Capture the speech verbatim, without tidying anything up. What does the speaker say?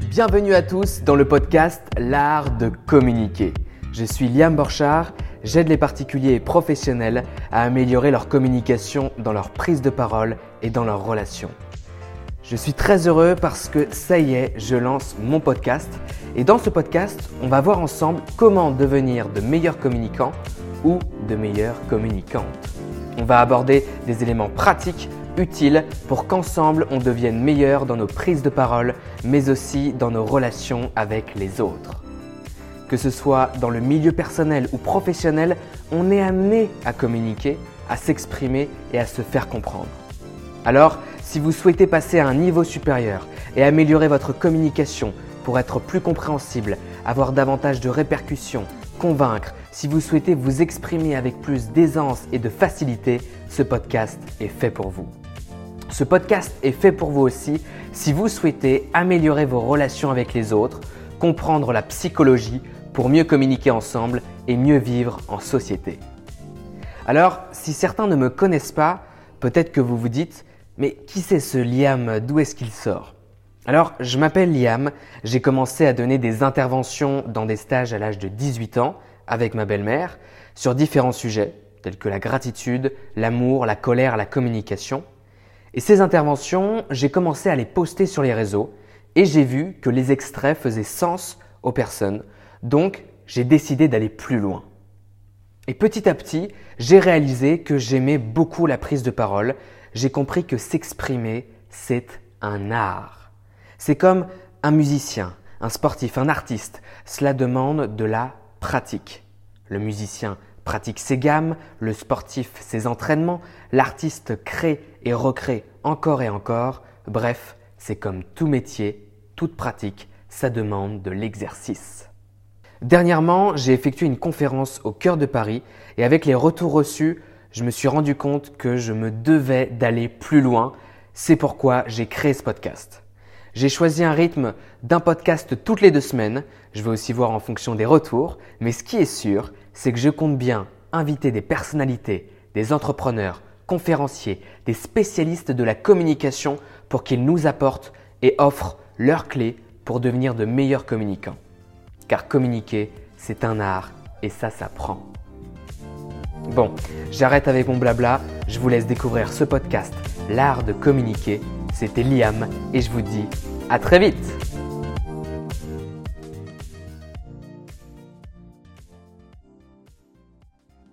Bienvenue à tous dans le podcast L'Art de communiquer. Je suis Liam Borchard, j'aide les particuliers et professionnels à améliorer leur communication dans leur prise de parole et dans leurs relations. Je suis très heureux parce que ça y est, je lance mon podcast et dans ce podcast, on va voir ensemble comment devenir de meilleurs communicants ou de meilleures communicantes. On va aborder des éléments pratiques utiles pour qu'ensemble on devienne meilleurs dans nos prises de parole, mais aussi dans nos relations avec les autres. Que ce soit dans le milieu personnel ou professionnel, on est amené à communiquer, à s'exprimer et à se faire comprendre. Alors, si vous souhaitez passer à un niveau supérieur et améliorer votre communication pour être plus compréhensible, avoir davantage de répercussions, convaincre, si vous souhaitez vous exprimer avec plus d'aisance et de facilité, ce podcast est fait pour vous. Ce podcast est fait pour vous aussi si vous souhaitez améliorer vos relations avec les autres, comprendre la psychologie pour mieux communiquer ensemble et mieux vivre en société. Alors, si certains ne me connaissent pas, peut-être que vous vous dites « Mais qui c'est ce Liam? D'où est-ce qu'il sort ?» Alors, je m'appelle Liam, j'ai commencé à donner des interventions dans des stages à l'âge de dix-huit ans avec ma belle-mère sur différents sujets tels que la gratitude, l'amour, la colère, la communication. Et ces interventions, j'ai commencé à les poster sur les réseaux et j'ai vu que les extraits faisaient sens aux personnes. Donc, j'ai décidé d'aller plus loin. Et petit à petit, j'ai réalisé que j'aimais beaucoup la prise de parole. J'ai compris que s'exprimer, c'est un art. C'est comme un musicien, un sportif, un artiste. Cela demande de la pratique. Le musicien pratique ses gammes, le sportif ses entraînements, l'artiste crée et recrée encore et encore. Bref, c'est comme tout métier, toute pratique, ça demande de l'exercice. Dernièrement, j'ai effectué une conférence au cœur de Paris et avec les retours reçus, je me suis rendu compte que je me devais d'aller plus loin. C'est pourquoi j'ai créé ce podcast. J'ai choisi un rythme d'un podcast toutes les deux semaines. Je vais aussi voir en fonction des retours. Mais ce qui est sûr, c'est que je compte bien inviter des personnalités, des entrepreneurs, conférenciers, des spécialistes de la communication pour qu'ils nous apportent et offrent leurs clés pour devenir de meilleurs communicants. Car communiquer, c'est un art et ça s'apprend. Bon, j'arrête avec mon blabla. Je vous laisse découvrir ce podcast, L'Art de communiquer. C'était Liam et je vous dis à très vite.